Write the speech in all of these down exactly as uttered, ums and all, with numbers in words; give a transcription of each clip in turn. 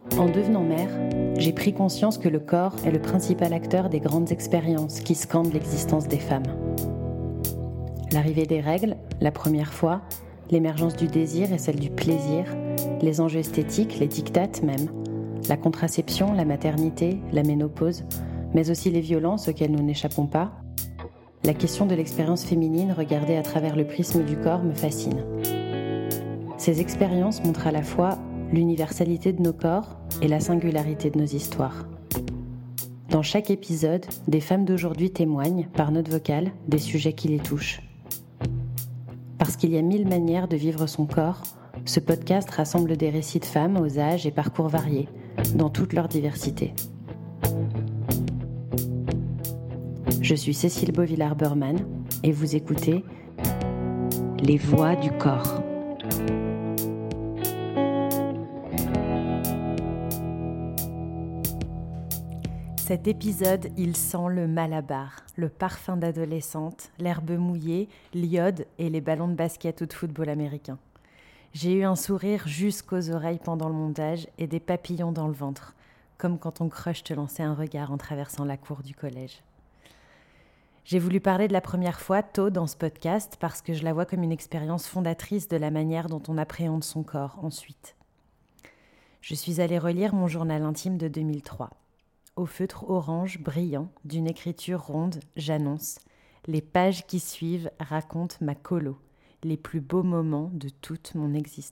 En devenant mère, j'ai pris conscience que le corps est le principal acteur des grandes expériences qui scandent l'existence des femmes. L'arrivée des règles, la première fois, l'émergence du désir et celle du plaisir, les enjeux esthétiques, les dictates même, la contraception, la maternité, la ménopause, mais aussi les violences auxquelles nous n'échappons pas, la question de l'expérience féminine regardée à travers le prisme du corps me fascine. Ces expériences montrent à la fois l'universalité de nos corps et la singularité de nos histoires. Dans chaque épisode, des femmes d'aujourd'hui témoignent, par note vocale, des sujets qui les touchent. Parce qu'il y a mille manières de vivre son corps, ce podcast rassemble des récits de femmes aux âges et parcours variés, dans toute leur diversité. Je suis Cécile Beauvillard-Burman et vous écoutez Les Voix du corps. Cet épisode, il sent le malabar, le parfum d'adolescente, l'herbe mouillée, l'iode et les ballons de basket ou de football américain. J'ai eu un sourire jusqu'aux oreilles pendant le montage et des papillons dans le ventre, comme quand ton crush te lançait un regard en traversant la cour du collège. J'ai voulu parler de la première fois tôt dans ce podcast parce que je la vois comme une expérience fondatrice de la manière dont on appréhende son corps ensuite. Je suis allée relire mon journal intime de deux mille trois. Au feutre orange brillant, d'une écriture ronde, j'annonce « Les pages qui suivent racontent ma colo, les plus beaux moments de toute mon existence ».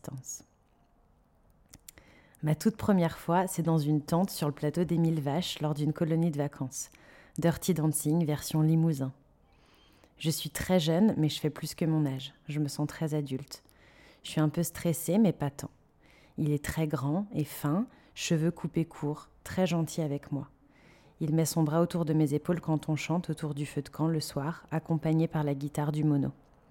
Ma toute première fois, c'est dans une tente sur le plateau des Mille Vaches lors d'une colonie de vacances. Dirty Dancing version Limousin. Je suis très jeune, mais je fais plus que mon âge. Je me sens très adulte. Je suis un peu stressée, mais pas tant. Il est très grand et fin, cheveux coupés courts, très gentil avec moi. Il met son bras autour de mes épaules quand on chante autour du feu de camp le soir, accompagné par la guitare du mono.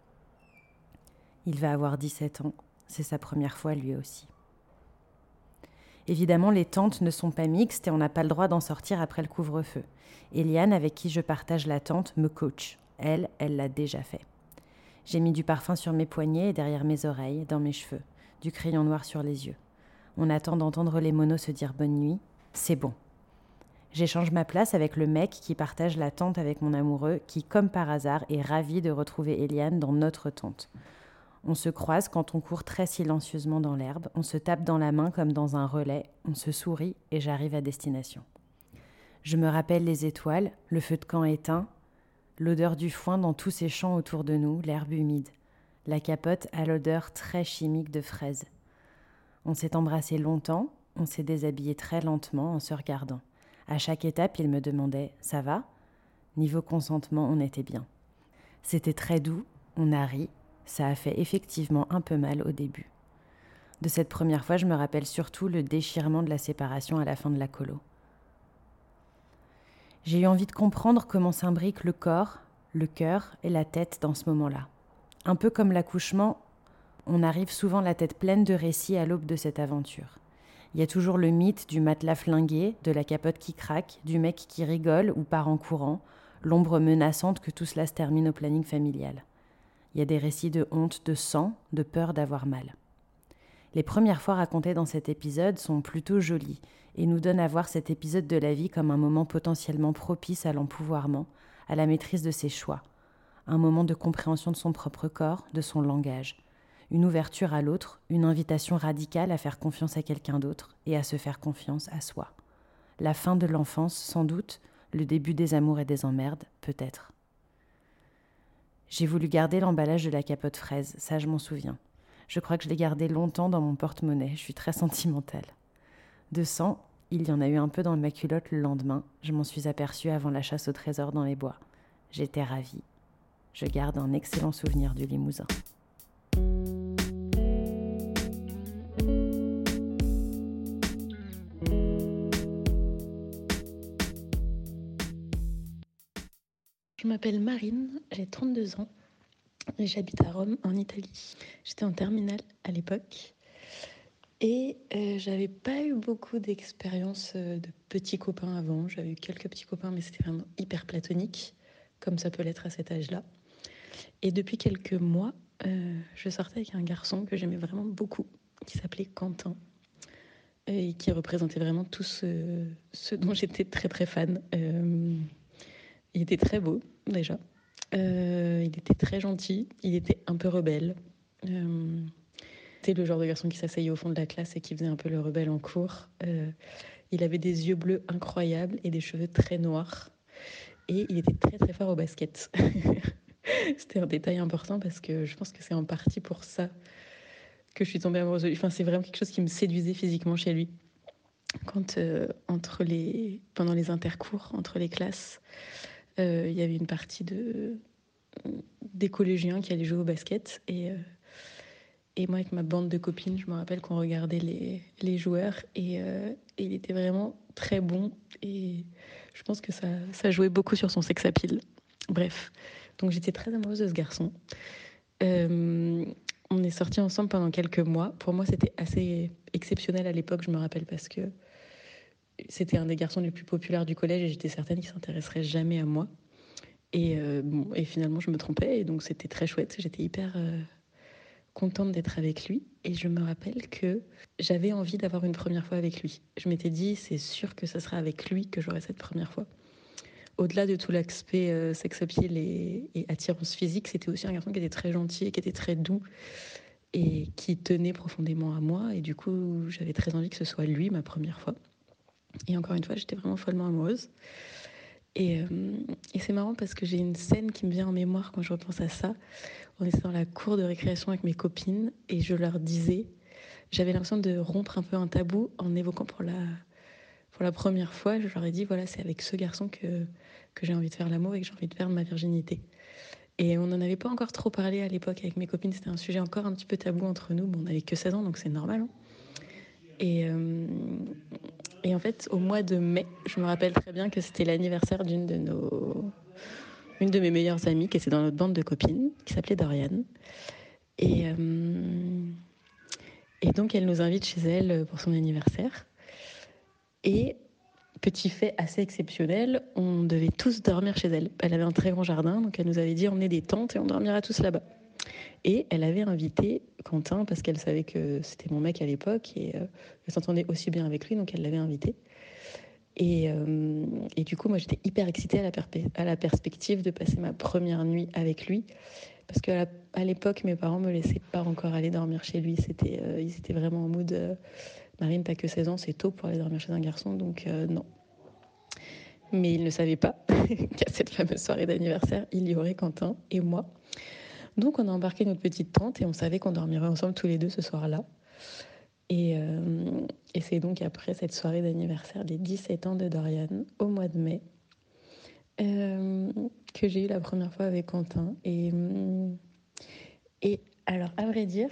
Il va avoir dix-sept ans, c'est sa première fois lui aussi. Évidemment, les tentes ne sont pas mixtes et on n'a pas le droit d'en sortir après le couvre-feu. Eliane, avec qui je partage la tente, me coach. Elle, elle l'a déjà fait. J'ai mis du parfum sur mes poignets et derrière mes oreilles, dans mes cheveux, du crayon noir sur les yeux. On attend d'entendre les monos se dire bonne nuit. C'est bon. J'échange ma place avec le mec qui partage la tente avec mon amoureux, qui, comme par hasard, est ravi de retrouver Eliane dans notre tente. On se croise quand on court très silencieusement dans l'herbe, on se tape dans la main comme dans un relais, on se sourit et j'arrive à destination. Je me rappelle les étoiles, le feu de camp éteint, l'odeur du foin dans tous ces champs autour de nous, l'herbe humide. La capote a l'odeur très chimique de fraises. On s'est embrassé longtemps, on s'est déshabillé très lentement en se regardant. À chaque étape, il me demandait « ça va ?» Niveau consentement, on était bien. C'était très doux, on a ri, ça a fait effectivement un peu mal au début. De cette première fois, je me rappelle surtout le déchirement de la séparation à la fin de la colo. J'ai eu envie de comprendre comment s'imbriquent le corps, le cœur et la tête dans ce moment-là. Un peu comme l'accouchement, on arrive souvent la tête pleine de récits à l'aube de cette aventure. Il y a toujours le mythe du matelas flingué, de la capote qui craque, du mec qui rigole ou part en courant, l'ombre menaçante que tout cela se termine au planning familial. Il y a des récits de honte, de sang, de peur d'avoir mal. Les premières fois racontées dans cet épisode sont plutôt jolies et nous donnent à voir cet épisode de la vie comme un moment potentiellement propice à l'empouvoirment, à la maîtrise de ses choix, un moment de compréhension de son propre corps, de son langage, une ouverture à l'autre, une invitation radicale à faire confiance à quelqu'un d'autre et à se faire confiance à soi. La fin de l'enfance, sans doute, le début des amours et des emmerdes, peut-être. J'ai voulu garder l'emballage de la capote fraise, ça je m'en souviens. Je crois que je l'ai gardé longtemps dans mon porte-monnaie, je suis très sentimentale. De sang, il y en a eu un peu dans ma culotte le lendemain, je m'en suis aperçue avant la chasse au trésor dans les bois. J'étais ravie. Je garde un excellent souvenir du Limousin. Je m'appelle Marine, j'ai trente-deux ans et j'habite à Rome, en Italie. J'étais en terminale à l'époque et euh, j'avais pas eu beaucoup d'expériences euh, de petits copains avant. J'avais eu quelques petits copains, mais c'était vraiment hyper platonique, comme ça peut l'être à cet âge-là. Et depuis quelques mois, euh, je sortais avec un garçon que j'aimais vraiment beaucoup, qui s'appelait Quentin. et qui représentait vraiment tout ce, ce dont j'étais très très fan. Euh, il était très beau déjà, euh, il était très gentil, il était un peu rebelle. Euh, c'était le genre de garçon qui s'asseyait au fond de la classe et qui faisait un peu le rebelle en cours. Euh, il avait des yeux bleus incroyables et des cheveux très noirs. Et il était très très fort au basket. C'était un détail important parce que je pense que c'est en partie pour ça que je suis tombée amoureuse de lui. Enfin, c'est vraiment quelque chose qui me séduisait physiquement chez lui. Quand, euh, entre les, pendant les intercours, entre les classes, euh, il y avait une partie de, des collégiens qui allaient jouer au basket. Et, euh, et moi, avec ma bande de copines, je me rappelle qu'on regardait les, les joueurs. Et, euh, et il était vraiment très bon. Et je pense que ça, ça jouait beaucoup sur son sex appeal. Bref, donc j'étais très amoureuse de ce garçon. Euh, on est sortis ensemble pendant quelques mois. Pour moi, c'était assez exceptionnel à l'époque, je me rappelle, parce que c'était un des garçons les plus populaires du collège et j'étais certaine qu'il s'intéresserait jamais à moi. Et, euh, bon, et finalement, je me trompais, et donc c'était très chouette. J'étais hyper euh, contente d'être avec lui. Et je me rappelle que j'avais envie d'avoir une première fois avec lui. Je m'étais dit, c'est sûr que ce sera avec lui que j'aurai cette première fois. Au-delà de tout l'aspect euh, sex appeal et, et attirance physique, c'était aussi un garçon qui était très gentil, qui était très doux et qui tenait profondément à moi. Et du coup, j'avais très envie que ce soit lui ma première fois. Et encore une fois, j'étais vraiment follement amoureuse. Et, euh, et c'est marrant parce que j'ai une scène qui me vient en mémoire quand je repense à ça. On était dans la cour de récréation avec mes copines et je leur disais, j'avais l'impression de rompre un peu un tabou en évoquant pour la, pour la première fois, je leur ai dit, voilà, c'est avec ce garçon que, que j'ai envie de faire l'amour et que j'ai envie de perdre ma virginité. Et on n'en avait pas encore trop parlé à l'époque avec mes copines, c'était un sujet encore un petit peu tabou entre nous. Bon, on n'avait que seize ans, donc c'est normal. Hein. Et, euh, et en fait, au mois de mai, je me rappelle très bien que c'était l'anniversaire d'une de nos... une de mes meilleures amies qui était dans notre bande de copines, qui s'appelait Doriane. Et, euh, et donc, elle nous invite chez elle pour son anniversaire. Et petit fait assez exceptionnel, on devait tous dormir chez elle. Elle avait un très grand jardin, donc elle nous avait dit emmenez des tentes et on dormira tous là-bas. Et elle avait invité Quentin parce qu'elle savait que c'était mon mec à l'époque et euh, elle s'entendait aussi bien avec lui, donc elle l'avait invité. Et, euh, et du coup, moi, j'étais hyper excitée à la, perpe- à la perspective de passer ma première nuit avec lui. Parce qu'à l'époque, mes parents me laissaient pas encore aller dormir chez lui. C'était, euh, ils étaient vraiment en mode euh, Marine, t'as que seize ans, c'est tôt pour aller dormir chez un garçon, donc euh, non. Mais ils ne savaient pas qu'à cette fameuse soirée d'anniversaire, il y aurait Quentin et moi. Donc on a embarqué notre petite tente et on savait qu'on dormirait ensemble tous les deux ce soir-là. Et, euh, et c'est donc après cette soirée d'anniversaire des dix-sept ans de Dorian, au mois de mai, euh, que j'ai eu la première fois avec Quentin. Et, et alors, à vrai dire,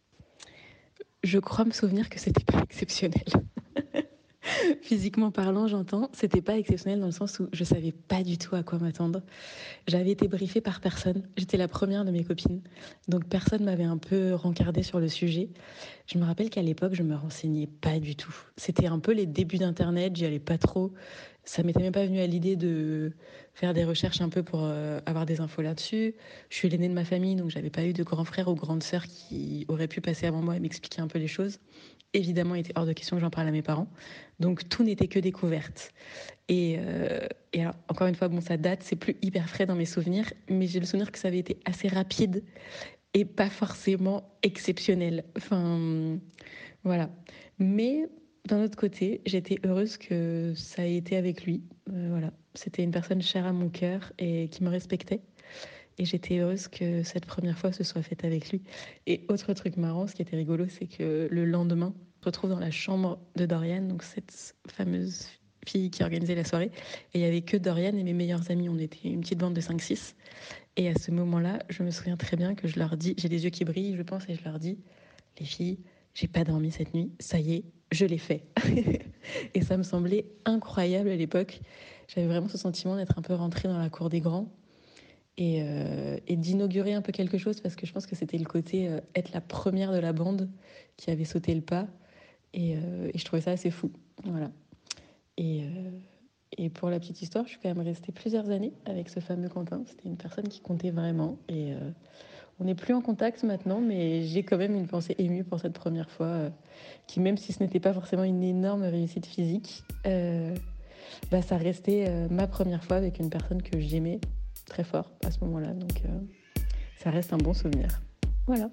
je crois me souvenir que c'était pas exceptionnel. Physiquement parlant, j'entends, c'était pas exceptionnel dans le sens où je savais pas du tout à quoi m'attendre. J'avais été briefée par personne. J'étais la première de mes copines. Donc personne m'avait un peu rencardée sur le sujet. Je me rappelle qu'à l'époque, je me renseignais pas du tout. C'était un peu les débuts d'Internet, j'y allais pas trop. Ça m'était même pas venu à l'idée de faire des recherches un peu pour euh, avoir des infos là-dessus. Je suis l'aînée de ma famille, donc j'avais pas eu de grands frères ou grandes sœurs qui auraient pu passer avant moi et m'expliquer un peu les choses. Évidemment, il était hors de question que j'en parle à mes parents. Donc tout n'était que découverte. Et, euh, et alors, encore une fois, bon, ça date, c'est plus hyper frais dans mes souvenirs, mais j'ai le souvenir que ça avait été assez rapide et pas forcément exceptionnel. Enfin, voilà. Mais d'un autre côté, j'étais heureuse que ça ait été avec lui. Euh, voilà. C'était une personne chère à mon cœur et qui me respectait. Et j'étais heureuse que cette première fois se soit faite avec lui. Et autre truc marrant, ce qui était rigolo, c'est que le lendemain, on se retrouve dans la chambre de Dorian, donc cette fameuse fille qui organisait la soirée. Et il n'y avait que Dorian et mes meilleurs amis. On était une petite bande de cinq six. Et à ce moment-là, je me souviens très bien que je leur dis, j'ai les yeux qui brillent, je pense, et je leur dis, les filles, j'ai pas dormi cette nuit, ça y est, je l'ai fait. Et ça me semblait incroyable à l'époque. J'avais vraiment ce sentiment d'être un peu rentrée dans la cour des grands et, euh, et d'inaugurer un peu quelque chose parce que je pense que c'était le côté euh, être la première de la bande qui avait sauté le pas. Et, euh, et je trouvais ça assez fou. Voilà. Et, euh, et pour la petite histoire, je suis quand même restée plusieurs années avec ce fameux Quentin. C'était une personne qui comptait vraiment. Et euh, On n'est plus en contact maintenant, mais j'ai quand même une pensée émue pour cette première fois, euh, qui, même si ce n'était pas forcément une énorme réussite physique, euh, bah, ça restait euh, ma première fois avec une personne que j'aimais très fort à ce moment-là. Donc euh, ça reste un bon souvenir. Voilà.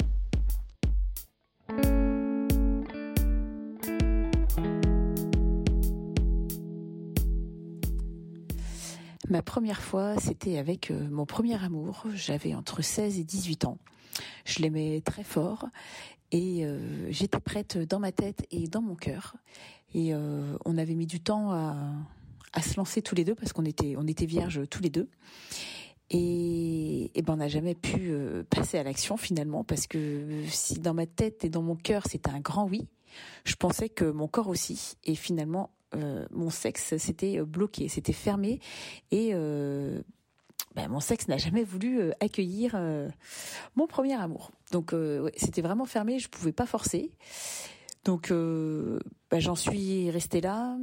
Ma première fois, c'était avec euh, mon premier amour. J'avais entre seize et dix-huit ans. Je l'aimais très fort et euh, j'étais prête dans ma tête et dans mon cœur. Et euh, on avait mis du temps à, à se lancer tous les deux parce qu'on était, on était vierges tous les deux. Et, et ben on n'a jamais pu euh, passer à l'action finalement parce que si dans ma tête et dans mon cœur c'était un grand oui, je pensais que mon corps aussi. Et finalement, euh, mon sexe s'était bloqué, s'était fermé et euh, ben, mon sexe n'a jamais voulu euh, accueillir euh, mon premier amour. Donc euh, ouais, c'était vraiment fermé, je pouvais pas forcer. Donc euh, ben, j'en suis restée là.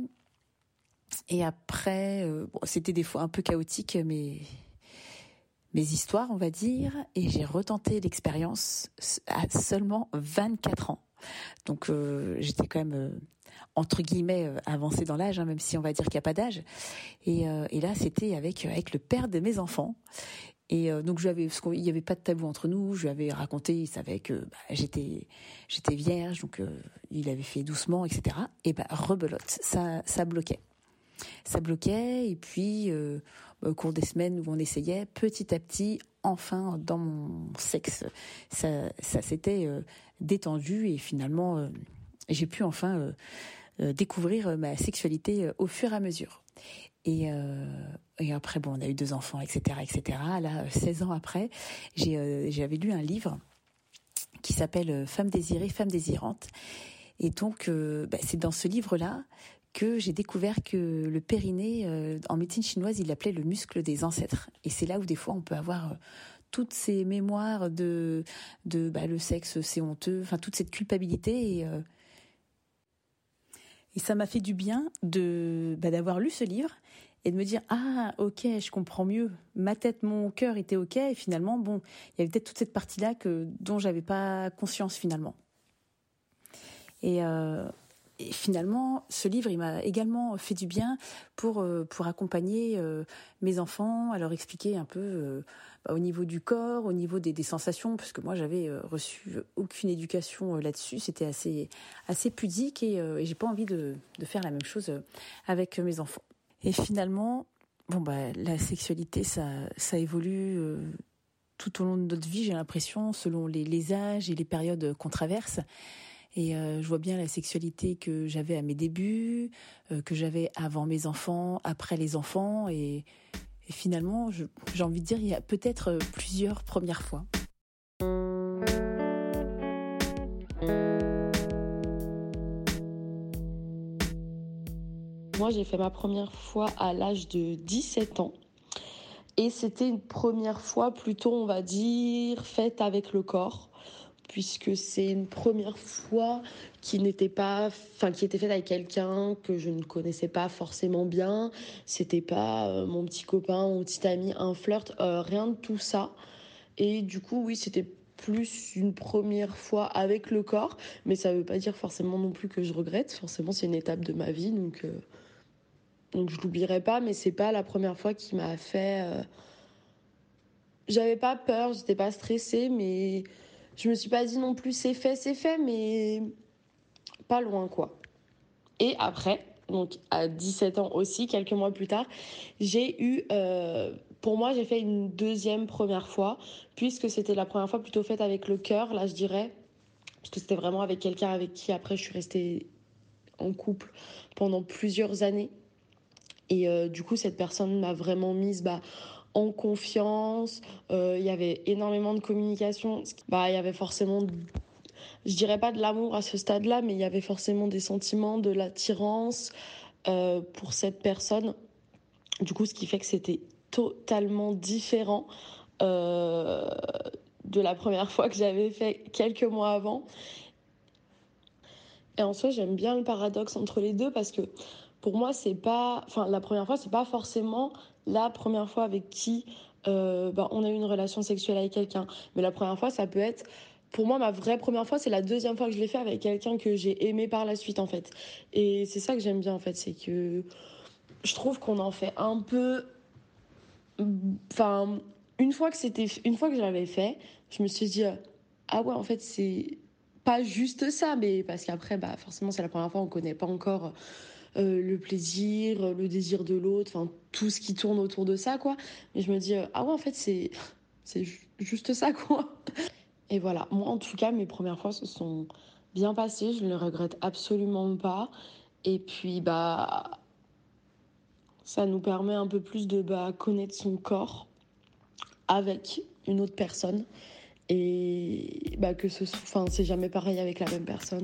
Et après, euh, bon, c'était des fois un peu chaotique, mais mes histoires, on va dire, et j'ai retenté l'expérience à seulement vingt-quatre ans. Donc euh, j'étais quand même euh, entre guillemets euh, avancée dans l'âge, hein, même si on va dire qu'il n'y a pas d'âge. Et, euh, et là, c'était avec avec le père de mes enfants. Et euh, donc je lui avais, parce qu'il n'y avait pas de tabou entre nous, je lui avais raconté, il savait que bah, j'étais j'étais vierge, donc euh, il avait fait doucement, et cetera. Et bah rebelote, ça ça bloquait. Ça bloquait et puis euh, au cours des semaines où on essayait, petit à petit, enfin dans mon sexe, ça, ça s'était euh, détendu et finalement euh, j'ai pu enfin euh, euh, découvrir ma sexualité euh, au fur et à mesure. Et, euh, et après, bon, on a eu deux enfants, et cetera, et cetera. Là, seize ans après, j'ai, euh, j'avais lu un livre qui s'appelle Femme désirée, femme désirante. Et donc, euh, bah, c'est dans ce livre-là que j'ai découvert que le périnée, euh, en médecine chinoise, il l'appelait le muscle des ancêtres. Et c'est là où des fois on peut avoir euh, toutes ces mémoires de, de bah, le sexe, c'est honteux, enfin toute cette culpabilité. Et, euh, et ça m'a fait du bien de bah, d'avoir lu ce livre et de me dire ah ok, je comprends mieux. Ma tête, mon cœur était ok et finalement bon, il y avait peut-être toute cette partie-là que dont j'avais pas conscience finalement. Et euh, Et finalement, ce livre, il m'a également fait du bien pour euh, pour accompagner euh, mes enfants, à leur expliquer un peu euh, bah, au niveau du corps, au niveau des, des sensations, parce que moi, j'avais euh, reçu aucune éducation euh, là-dessus. C'était assez assez pudique et, euh, et j'ai pas envie de de faire la même chose euh, avec mes enfants. Et finalement, bon bah la sexualité, ça ça évolue euh, tout au long de notre vie. J'ai l'impression, selon les les âges et les périodes qu'on traverse. Et euh, je vois bien la sexualité que j'avais à mes débuts, euh, que j'avais avant mes enfants, après les enfants. Et, et finalement, je, j'ai envie de dire, il y a peut-être plusieurs premières fois. Moi, j'ai fait ma première fois à l'âge de dix-sept ans. Et c'était une première fois plutôt, on va dire, faite avec le corps. Puisque c'est une première fois qui n'était pas, enfin qui était faite avec quelqu'un que je ne connaissais pas forcément bien. C'était pas euh, mon petit copain, mon petit ami, un flirt, euh, rien de tout ça. Et du coup, oui, c'était plus une première fois avec le corps, mais ça veut pas dire forcément non plus que je regrette. Forcément, c'est une étape de ma vie, donc euh, donc je l'oublierai pas. Mais c'est pas la première fois qui m'a fait. Euh... J'avais pas peur, j'étais pas stressée, mais je me suis pas dit non plus c'est fait, c'est fait, mais pas loin quoi. Et après, donc à dix-sept ans aussi, quelques mois plus tard, j'ai eu, euh, pour moi j'ai fait une deuxième première fois, puisque c'était la première fois plutôt faite avec le cœur, là je dirais, parce que c'était vraiment avec quelqu'un avec qui après je suis restée en couple pendant plusieurs années. Et euh, du coup cette personne m'a vraiment mise bah, en confiance, euh, il y avait énormément de communication, bah, il y avait forcément, je dirais pas de l'amour à ce stade-là, mais il y avait forcément des sentiments, de l'attirance euh, pour cette personne. Du coup, ce qui fait que c'était totalement différent euh, de la première fois que j'avais fait quelques mois avant. Et en soi, j'aime bien le paradoxe entre les deux parce que pour moi, c'est pas, enfin, la première fois, c'est pas forcément la première fois avec qui euh, bah, on a eu une relation sexuelle avec quelqu'un. Mais la première fois, ça peut être... Pour moi, ma vraie première fois, c'est la deuxième fois que je l'ai fait avec quelqu'un que j'ai aimé par la suite, en fait. Et c'est ça que j'aime bien, en fait, c'est que je trouve qu'on en fait un peu... Enfin, une fois que c'était, une fois que je l'avais fait, je me suis dit, euh, ah ouais, en fait, c'est pas juste ça, mais parce qu'après, bah, forcément, c'est la première fois, on connaît pas encore euh, le plaisir, le désir de l'autre, enfin, tout ce qui tourne autour de ça, quoi. Mais je me dis, euh, ah ouais, en fait, c'est, c'est ju- juste ça, quoi. Et voilà, moi, en tout cas, mes premières fois se sont bien passées, je ne les regrette absolument pas. Et puis, bah, ça nous permet un peu plus de bah, connaître son corps avec une autre personne et bah, que ce enfin, c'est jamais pareil avec la même personne.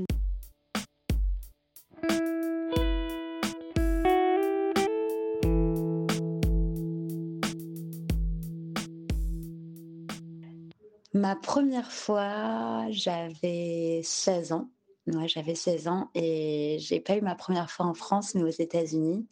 Ma première fois, j'avais seize ans. Ouais, j'avais seize ans et j'ai pas eu ma première fois en France, mais aux États-Unis.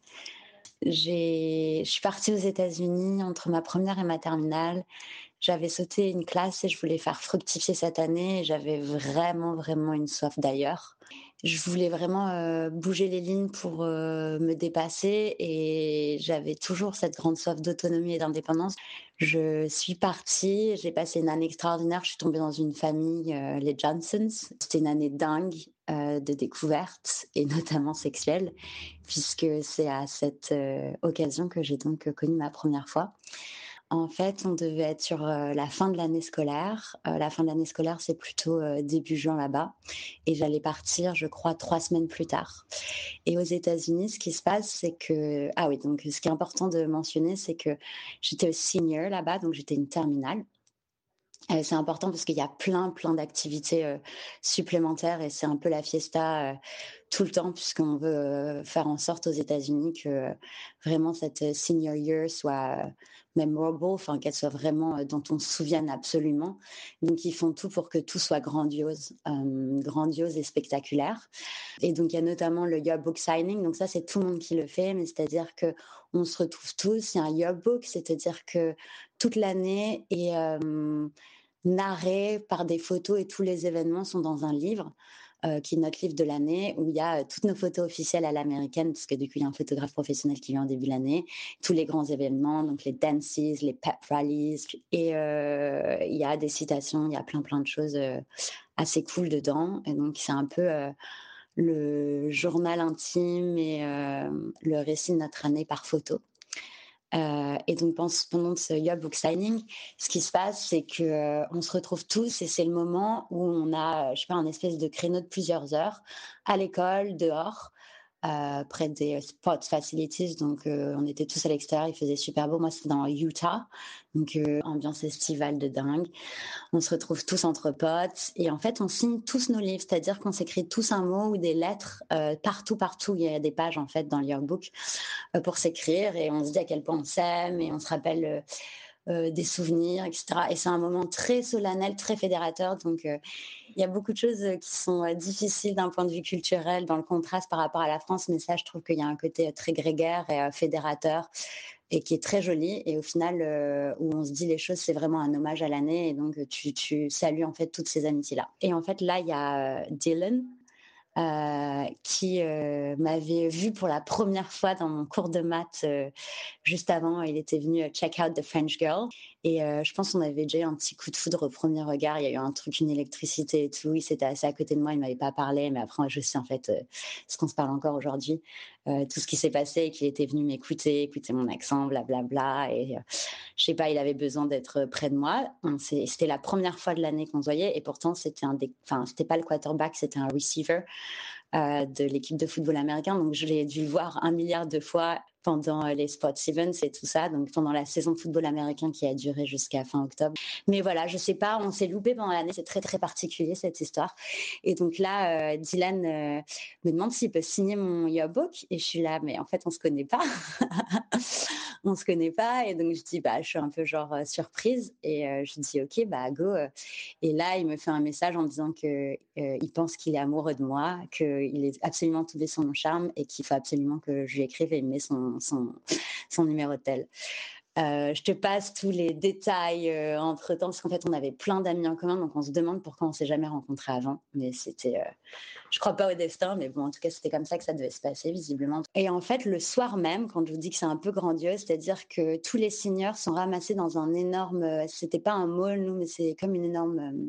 J'ai... Je suis partie aux États-Unis entre ma première et ma terminale. J'avais sauté une classe et je voulais faire fructifier cette année. Et j'avais vraiment, vraiment une soif d'ailleurs. Je voulais vraiment euh, bouger les lignes pour euh, me dépasser et j'avais toujours cette grande soif d'autonomie et d'indépendance. Je suis partie, j'ai passé une année extraordinaire. Je suis tombée dans une famille, euh, les Johnsons. C'était une année dingue euh, de découverte et notamment sexuelle, puisque c'est à cette euh, occasion que j'ai donc connu ma première fois. En fait, on devait être sur euh, la fin de l'année scolaire. Euh, la fin de l'année scolaire, c'est plutôt euh, début juin là-bas. Et j'allais partir, je crois, trois semaines plus tard. Et aux États-Unis, ce qui se passe, c'est que... Ah oui, donc ce qui est important de mentionner, c'est que j'étais senior là-bas, donc j'étais une terminale. Euh, c'est important parce qu'il y a plein, plein d'activités euh, supplémentaires et c'est un peu la fiesta euh, tout le temps puisqu'on veut euh, faire en sorte aux États-Unis que euh, vraiment cette euh, senior year soit euh, memorable, enfin qu'elle soit vraiment euh, dont on se souvienne absolument. Donc ils font tout pour que tout soit grandiose, euh, grandiose et spectaculaire. Et donc il y a notamment le yearbook signing. Donc ça c'est tout le monde qui le fait, mais c'est-à-dire que on se retrouve tous. Il y a un yearbook, c'est-à-dire que toute l'année est euh, narré par des photos et tous les événements sont dans un livre euh, qui est notre livre de l'année où il y a euh, toutes nos photos officielles à l'américaine parce que du coup il y a un photographe professionnel qui vient en début de l'année, tous les grands événements, donc les dances, les pep rallies et euh, il y a des citations, il y a plein plein de choses euh, assez cool dedans et donc c'est un peu euh, le journal intime et euh, le récit de notre année par photo. Euh, et donc pendant ce yearbook signing, ce qui se passe, c'est que euh, on se retrouve tous et c'est le moment où on a, je sais pas, un espèce de créneau de plusieurs heures à l'école, dehors, euh, près des sports facilities. Donc euh, on était tous à l'extérieur, il faisait super beau. Moi, c'était dans Utah, donc euh, ambiance estivale de dingue. On se retrouve tous entre potes et en fait, on signe tous nos livres, c'est-à-dire qu'on s'écrit tous un mot ou des lettres euh, partout, partout. Il y a des pages en fait dans le yearbook euh, pour s'écrire et on se dit à quel point on s'aime et on se rappelle euh, euh, des souvenirs, et cetera. Et c'est un moment très solennel, très fédérateur. Donc, euh, il y a beaucoup de choses qui sont euh, difficiles d'un point de vue culturel dans le contraste par rapport à la France, mais ça, je trouve qu'il y a un côté très grégaire et euh, fédérateur et qui est très joli. Et au final, euh, où on se dit les choses, c'est vraiment un hommage à l'année. Et donc, tu, tu salues en fait toutes ces amitiés-là. Et en fait, là, il y a euh, Dylan, euh, qui euh, m'avait vu pour la première fois dans mon cours de maths euh, juste avant. Il était venu check out The French Girl. Et euh, je pense qu'on avait déjà eu un petit coup de foudre au premier regard. Il y a eu un truc, une électricité et tout. Il s'était assis à côté de moi, il ne m'avait pas parlé. Mais après, je sais en fait euh, ce qu'on se parle encore aujourd'hui. Euh, tout ce qui s'est passé et qu'il était venu m'écouter, écouter mon accent, blablabla. Et euh, je sais pas, il avait besoin d'être près de moi. On c'était la première fois de l'année qu'on se voyait. Et pourtant, c'était un des... enfin, c'était pas le quarterback, c'était un receiver euh, de l'équipe de football américain. Donc, je l'ai dû le voir un milliard de fois pendant les Sports Events et tout ça, donc pendant la saison de football américain qui a duré jusqu'à fin octobre. Mais voilà, je sais pas, on s'est loupé pendant l'année, c'est très très particulier cette histoire. Et donc là, euh, Dylan euh, me demande s'il peut signer mon yearbook et je suis là, mais en fait on se connaît pas, on se connaît pas et donc je dis bah je suis un peu genre euh, surprise et euh, je dis ok bah go. Euh. Et là il me fait un message en me disant que euh, il pense qu'il est amoureux de moi, qu'il est absolument tombé sur mon charme et qu'il faut absolument que je lui écrive et il me met son son, son numéro de tel. Euh, je te passe tous les détails euh, entre-temps, parce qu'en fait, on avait plein d'amis en commun, donc on se demande pourquoi on s'est jamais rencontrés avant. Mais c'était, euh, je crois pas au destin, mais bon, en tout cas, c'était comme ça que ça devait se passer, visiblement. Et en fait, le soir même, quand je vous dis que c'est un peu grandiose, c'est-à-dire que tous les seniors sont ramassés dans un énorme, euh, c'était pas un mall, nous, mais c'est comme une énorme, euh,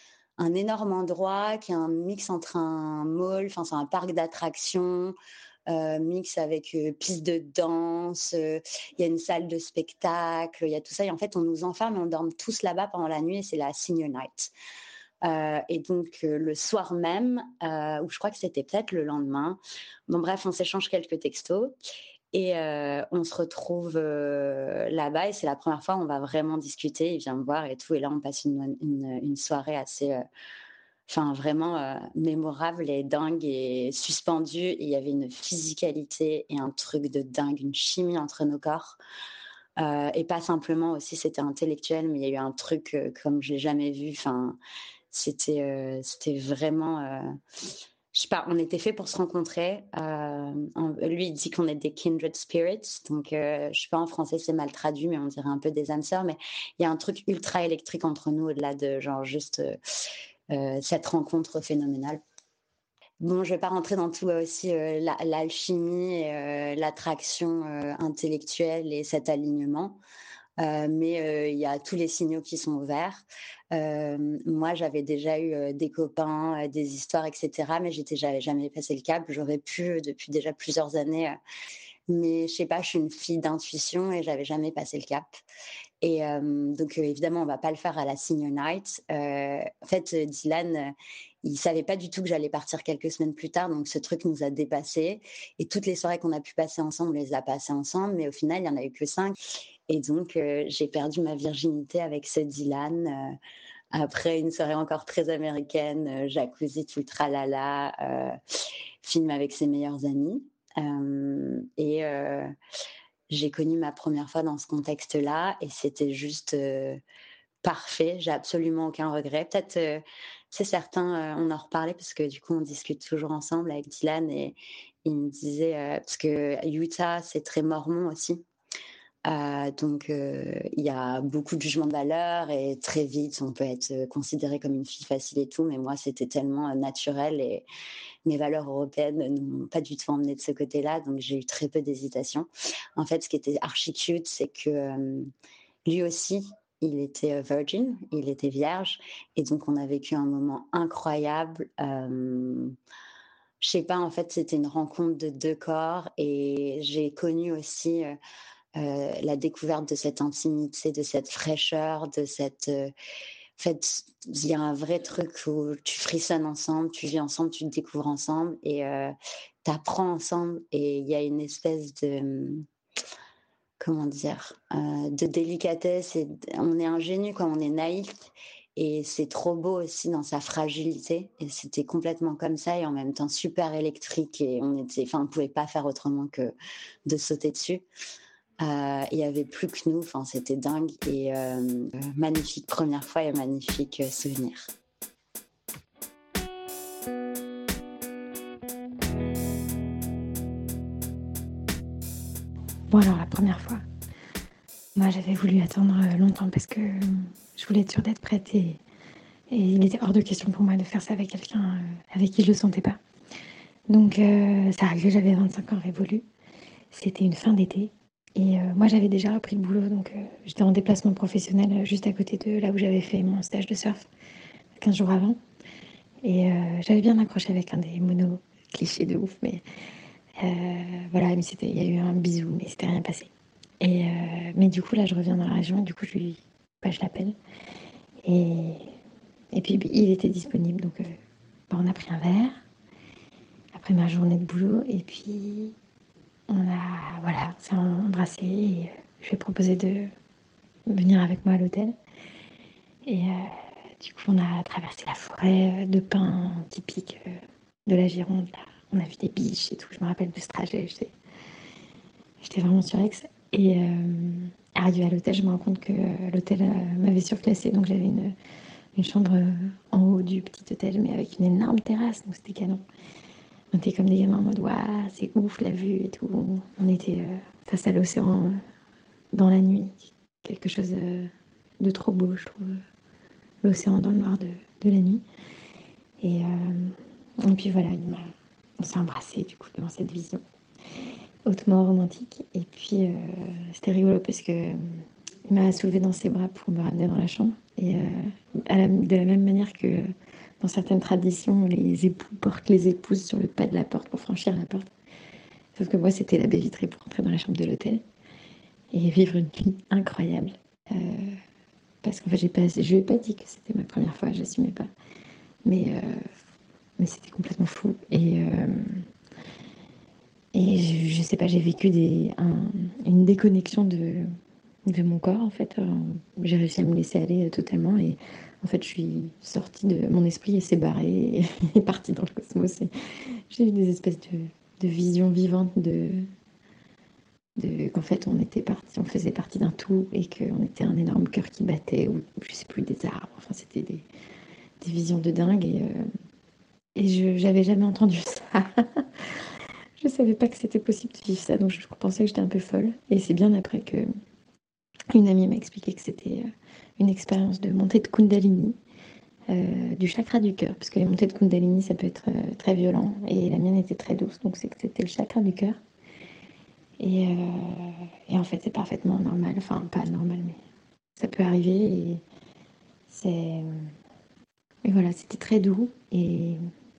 un énorme endroit qui est un mix entre un mall, enfin, c'est un parc d'attractions. Euh, mix avec euh, piste de danse, il euh, y a une salle de spectacle, il y a tout ça. Et en fait, on nous enferme et on dort tous là-bas pendant la nuit et c'est la senior night. Euh, et donc, euh, le soir même, euh, ou je crois que c'était peut-être le lendemain, bon, bref, on s'échange quelques textos et euh, on se retrouve euh, là-bas et c'est la première fois où on va vraiment discuter. Il vient me voir et tout. Et là, on passe une, une, une soirée assez. Euh, Enfin, vraiment euh, mémorable et dingue et suspendue. Et il y avait une physicalité et un truc de dingue, une chimie entre nos corps. Euh, et pas simplement aussi, c'était intellectuel, mais il y a eu un truc euh, comme je l'ai jamais vu. Enfin, c'était, euh, c'était vraiment. Euh, je sais pas, on était fait pour se rencontrer. Euh, on- lui, il dit qu'on est des kindred spirits. Donc, euh, je sais pas, en français, c'est mal traduit, mais on dirait un peu des âmes sœurs. Mais il y a un truc ultra électrique entre nous, au-delà de genre juste. Euh, euh, cette rencontre phénoménale. Bon, je vais pas rentrer dans tout euh, aussi euh, la- l'alchimie, et, euh, l'attraction euh, intellectuelle et cet alignement. Euh, mais euh, il y a tous les signaux qui sont ouverts. Euh, moi, j'avais déjà eu euh, des copains, euh, des histoires, et cetera. Mais j'étais, j'avais jamais passé le cap. J'aurais pu euh, depuis déjà plusieurs années. Euh, mais je sais pas, je suis une fille d'intuition et j'avais jamais passé le cap. Et euh, donc, euh, évidemment, on va pas le faire à la Senior Night. Euh, en fait, euh, Dylan, euh, il savait pas du tout que j'allais partir quelques semaines plus tard. Donc, ce truc nous a dépassés. Et toutes les soirées qu'on a pu passer ensemble, on les a passées ensemble. Mais au final, il y en a eu que cinq. Et donc, euh, j'ai perdu ma virginité avec ce Dylan. Euh, après une soirée encore très américaine, euh, jacuzzi, tout le tralala, euh, film avec ses meilleurs amis. Euh, et... Euh, j'ai connu ma première fois dans ce contexte-là et c'était juste euh, parfait. J'ai absolument aucun regret. Peut-être, euh, c'est certain, euh, on en reparlait parce que du coup, on discute toujours ensemble avec Dylan et il me disait, euh, parce que Utah, c'est très mormon aussi. Euh, donc, euh, il y a beaucoup de jugement de valeur et très vite, on peut être considéré comme une fille facile et tout. Mais moi, c'était tellement euh, naturel et mes valeurs européennes ne m'ont pas du tout emmené de ce côté-là. Donc, j'ai eu très peu d'hésitation. En fait, ce qui était archi cute, c'est que euh, lui aussi, il était virgin, il était vierge. Et donc, on a vécu un moment incroyable. Euh, je sais pas, en fait, c'était une rencontre de deux corps et j'ai connu aussi euh, euh, la découverte de cette intimité, de cette fraîcheur, de cette. Euh, en fait, il y a un vrai truc où tu frissonnes ensemble, tu vis ensemble, tu te découvres ensemble et euh, tu apprends ensemble. Et il y a une espèce de. Comment dire, euh, de délicatesse. Et on est ingénu quand on est naïf. Et c'est trop beau aussi dans sa fragilité. Et c'était complètement comme ça et en même temps super électrique. Et on était, enfin, on pouvait pas faire autrement que de sauter dessus. Euh, il y avait plus que nous. Enfin, c'était dingue et euh, magnifique première fois et magnifique euh, souvenir. Bon, alors la première fois, moi j'avais voulu attendre longtemps parce que je voulais être sûre d'être prête et, et il était hors de question pour moi de faire ça avec quelqu'un euh, avec qui je le sentais pas. Donc euh, ça arrivait, j'avais vingt-cinq ans révolus. C'était une fin d'été et euh, moi j'avais déjà repris le boulot, donc euh, j'étais en déplacement professionnel euh, juste à côté de là où j'avais fait mon stage de surf quinze jours avant. Et euh, j'avais bien accroché avec un des monos clichés de ouf, mais euh, voilà, mais c'était, il y a eu un bisou, mais c'était rien passé. Et euh, mais du coup là je reviens dans la région, du coup je lui, bah, je l'appelle et et puis il était disponible, donc euh, bah, on a pris un verre après ma journée de boulot et puis on a voilà, on s'est embrassé et euh, je lui ai proposé de venir avec moi à l'hôtel et euh, du coup on a traversé la forêt de pins typique euh, de la Gironde là. On a vu des biches et tout, je me rappelle de ce trajet, j'étais, j'étais vraiment surex. Et euh, arrivée à l'hôtel, je me rends compte que euh, l'hôtel euh, m'avait surclassé, donc j'avais une, une chambre euh, en haut du petit hôtel, mais avec une énorme terrasse, donc c'était canon. On était comme des gamins en mode, waouh, c'est ouf la vue et tout. On était euh, face à l'océan, euh, dans la nuit. Quelque chose euh, de trop beau, je trouve. L'océan dans le noir de, de la nuit. Et, euh, et puis voilà, il m'a, on s'est embrassés du coup dans cette vision hautement romantique. Et puis euh, c'était rigolo parce que euh, il m'a soulevée dans ses bras pour me ramener dans la chambre. Et euh, à la, de la même manière que euh, dans certaines traditions, les époux portent les épouses sur le pas de la porte pour franchir la porte. Sauf que moi, c'était la baie vitrée pour entrer dans la chambre de l'hôtel et vivre une nuit incroyable. Euh, parce qu'en fait, j'ai pas, je lui ai pas dit que c'était ma première fois, j'assumais pas. Mais, euh, mais c'était complètement fou. Et, euh, et je, je sais pas, j'ai vécu des, un, une déconnexion de, de mon corps, en fait. J'ai réussi à me laisser aller totalement. Et en fait, je suis sortie de mon esprit et s'est barré et est partie dans le cosmos. Et j'ai eu des espèces de, de visions vivantes de, de qu'en fait, on était parti, on faisait partie d'un tout et qu'on était un énorme cœur qui battait, ou je sais plus, des arbres. Enfin, c'était des, des visions de dingue. Et, euh, et je j'avais jamais entendu ça. Je savais pas que c'était possible de vivre ça, donc je pensais que j'étais un peu folle. Et c'est bien après que une amie m'a expliqué que c'était une expérience de montée de Kundalini, euh, du chakra du cœur, parce que les montées de Kundalini, ça peut être euh, très violent, et la mienne était très douce, donc c'est que c'était le chakra du cœur. Et, euh, et en fait, c'est parfaitement normal, enfin pas normal, mais ça peut arriver. Et c'est, et voilà, c'était très doux. Et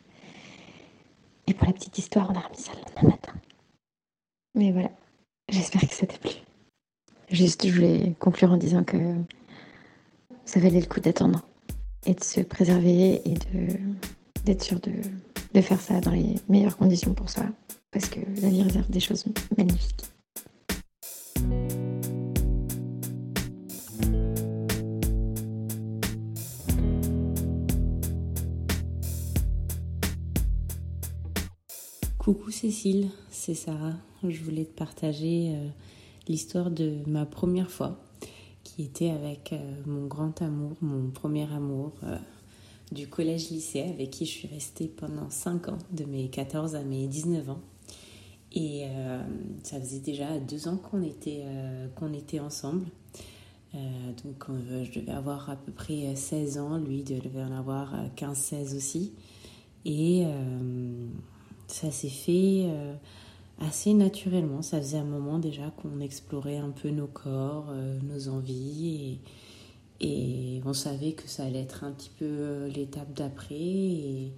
et pour la petite histoire, on a remis ça le lendemain matin. Mais voilà, j'espère que ça t'a plu. Juste, je voulais conclure en disant que ça valait le coup d'attendre et de se préserver et de, d'être sûr de, de faire ça dans les meilleures conditions pour soi, parce que la vie réserve des choses magnifiques. Coucou Cécile, c'est Sarah. Je voulais te partager euh, l'histoire de ma première fois, qui était avec euh, mon grand amour, mon premier amour euh, du collège-lycée, avec qui je suis restée pendant cinq ans, de mes quatorze à mes dix-neuf ans. Et euh, ça faisait déjà deux ans qu'on était, euh, qu'on était ensemble. Euh, donc euh, je devais avoir à peu près seize ans, lui devait en avoir quinze seize aussi. Et euh, ça s'est fait euh, assez naturellement. Ça faisait un moment déjà qu'on explorait un peu nos corps, euh, nos envies. Et, et on savait que ça allait être un petit peu l'étape d'après. Et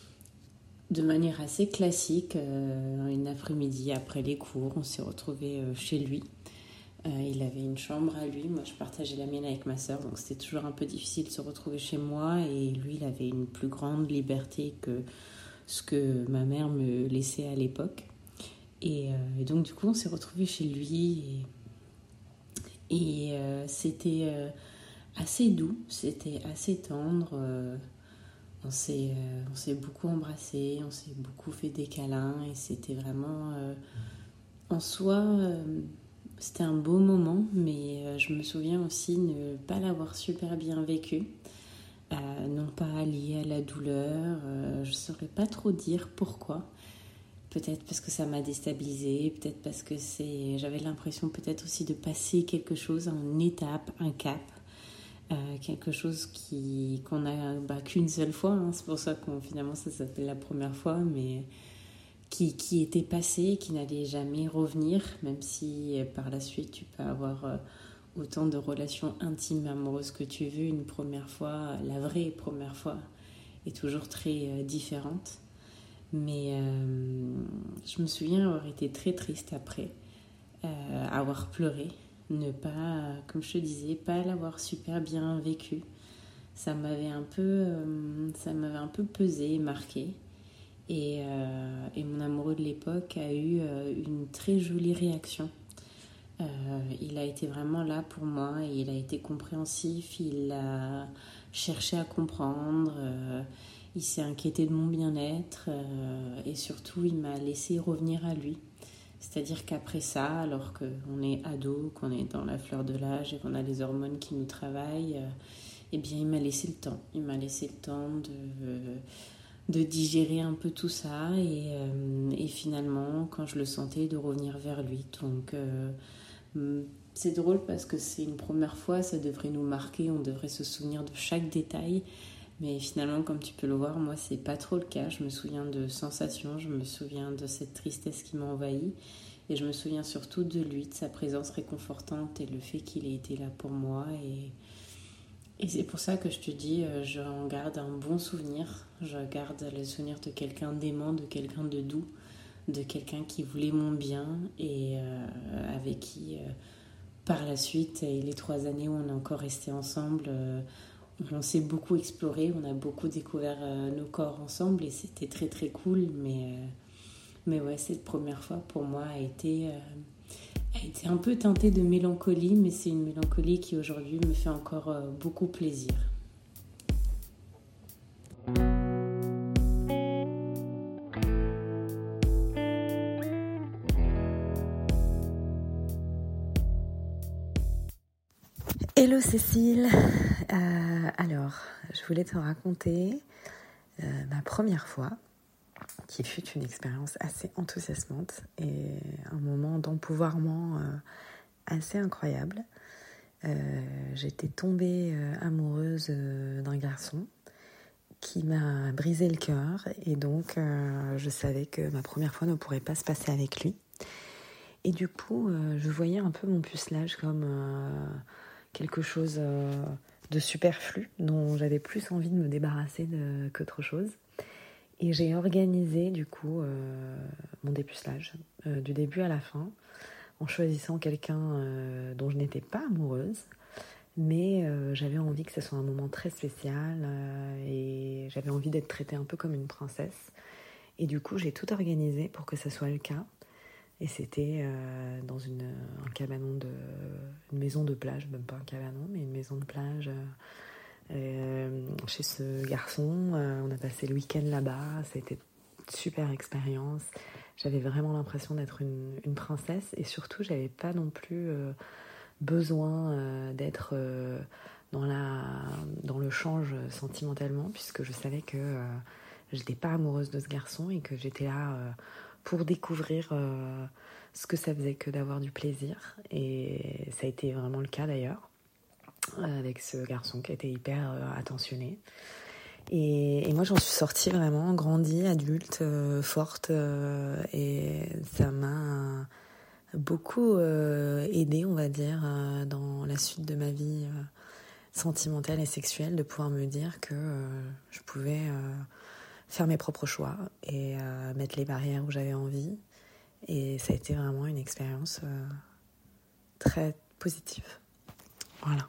de manière assez classique, euh, une après-midi après les cours, on s'est retrouvés euh, chez lui. Euh, il avait une chambre à lui, moi je partageais la mienne avec ma sœur, donc c'était toujours un peu difficile de se retrouver chez moi. Et lui, il avait une plus grande liberté que ce que ma mère me laissait à l'époque. Et, euh, et donc du coup, on s'est retrouvés chez lui. Et, et euh, c'était euh, assez doux, c'était assez tendre. Euh, on, s'est, euh, on s'est beaucoup embrassés, on s'est beaucoup fait des câlins. Et c'était vraiment... Euh, en soi... Euh, C'était un beau moment, mais euh, je me souviens aussi ne pas l'avoir super bien vécu. Euh, non pas lié à la douleur, euh, je ne saurais pas trop dire pourquoi. Peut-être parce que ça m'a déstabilisée, peut-être parce que c'est... j'avais l'impression peut-être aussi de passer quelque chose, une étape, un cap. Euh, quelque chose qui, qu'on a bah, qu'une seule fois, hein. C'est pour ça que finalement ça s'appelle la première fois, mais... Qui, qui était passé, qui n'allait jamais revenir, même si par la suite tu peux avoir autant de relations intimes et amoureuses que tu veux. Une première fois, la vraie première fois, est toujours très différente. Mais euh, je me souviens avoir été très triste après, euh, avoir pleuré, ne pas, comme je te disais, pas l'avoir super bien vécu. Ça m'avait un peu, euh, ça m'avait un peu pesé, marqué. Et, euh, et mon amoureux de l'époque a eu euh, une très jolie réaction. Euh, il a été vraiment là pour moi, et il a été compréhensif, il a cherché à comprendre, euh, il s'est inquiété de mon bien-être, euh, et surtout il m'a laissé revenir à lui. C'est-à-dire qu'après ça, alors qu'on est ado, qu'on est dans la fleur de l'âge et qu'on a les hormones qui nous travaillent, euh, eh bien il m'a laissé le temps. Il m'a laissé le temps de... Euh, de digérer un peu tout ça, et, euh, et finalement, quand je le sentais, de revenir vers lui. Donc, euh, c'est drôle parce que c'est une première fois, ça devrait nous marquer, on devrait se souvenir de chaque détail. Mais finalement, comme tu peux le voir, moi, c'est pas trop le cas. Je me souviens de sensations, je me souviens de cette tristesse qui m'a envahie. Et je me souviens surtout de lui, de sa présence réconfortante et le fait qu'il ait été là pour moi. Et, et c'est pour ça que je te dis, j'en garde un bon souvenir. Je garde le souvenir de quelqu'un d'aimant, de quelqu'un de doux, de quelqu'un qui voulait mon bien et euh, avec qui, euh, par la suite, et les trois années où on est encore restés ensemble, euh, on s'est beaucoup exploré, on a beaucoup découvert euh, nos corps ensemble et c'était très très cool. Mais, euh, mais ouais, cette première fois pour moi a été, euh, a été un peu teintée de mélancolie, mais c'est une mélancolie qui aujourd'hui me fait encore euh, beaucoup plaisir. Hello Cécile, euh, alors je voulais te raconter euh, ma première fois qui fut une expérience assez enthousiasmante et un moment d'empouvoirment euh, assez incroyable. Euh, j'étais tombée euh, amoureuse euh, d'un garçon qui m'a brisé le cœur et donc euh, je savais que ma première fois ne pourrait pas se passer avec lui. Et du coup, euh, je voyais un peu mon pucelage comme... Euh, quelque chose euh, de superflu dont j'avais plus envie de me débarrasser de, qu'autre chose. Et j'ai organisé du coup euh, mon dépucelage euh, du début à la fin en choisissant quelqu'un euh, dont je n'étais pas amoureuse, mais euh, j'avais envie que ce soit un moment très spécial euh, et j'avais envie d'être traitée un peu comme une princesse. Et du coup, j'ai tout organisé pour que ce soit le cas. Et c'était euh, dans une, un cabanon de, une maison de plage, même pas un cabanon, mais une maison de plage euh, euh, chez ce garçon. Euh, on a passé le week-end là-bas, ça a été une super expérience. J'avais vraiment l'impression d'être une, une princesse et surtout, j'avais pas non plus euh, besoin euh, d'être euh, dans, la, dans le change sentimentalement, puisque je savais que euh, j'étais pas amoureuse de ce garçon et que j'étais là... Euh, pour découvrir euh, ce que ça faisait que d'avoir du plaisir. Et ça a été vraiment le cas d'ailleurs, euh, avec ce garçon qui était hyper euh, attentionné. Et, et moi j'en suis sortie vraiment grandie, adulte, euh, forte, euh, et ça m'a beaucoup euh, aidée, on va dire, euh, dans la suite de ma vie euh, sentimentale et sexuelle, de pouvoir me dire que euh, je pouvais... Euh, faire mes propres choix et euh, mettre les barrières où j'avais envie. Et ça a été vraiment une expérience euh, très positive. Voilà.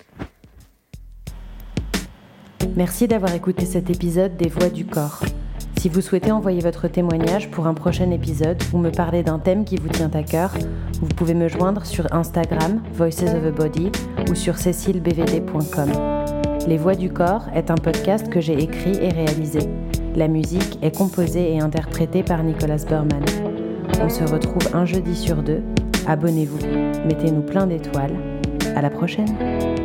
Merci d'avoir écouté cet épisode des Voix du corps. Si vous souhaitez envoyer votre témoignage pour un prochain épisode ou me parler d'un thème qui vous tient à cœur, vous pouvez me joindre sur Instagram, Voices of a Body, ou sur cécile b v d point com. Les Voix du corps est un podcast que j'ai écrit et réalisé. La musique est composée et interprétée par Nicolas Berman. On se retrouve un jeudi sur deux. Abonnez-vous, mettez-nous plein d'étoiles. À la prochaine!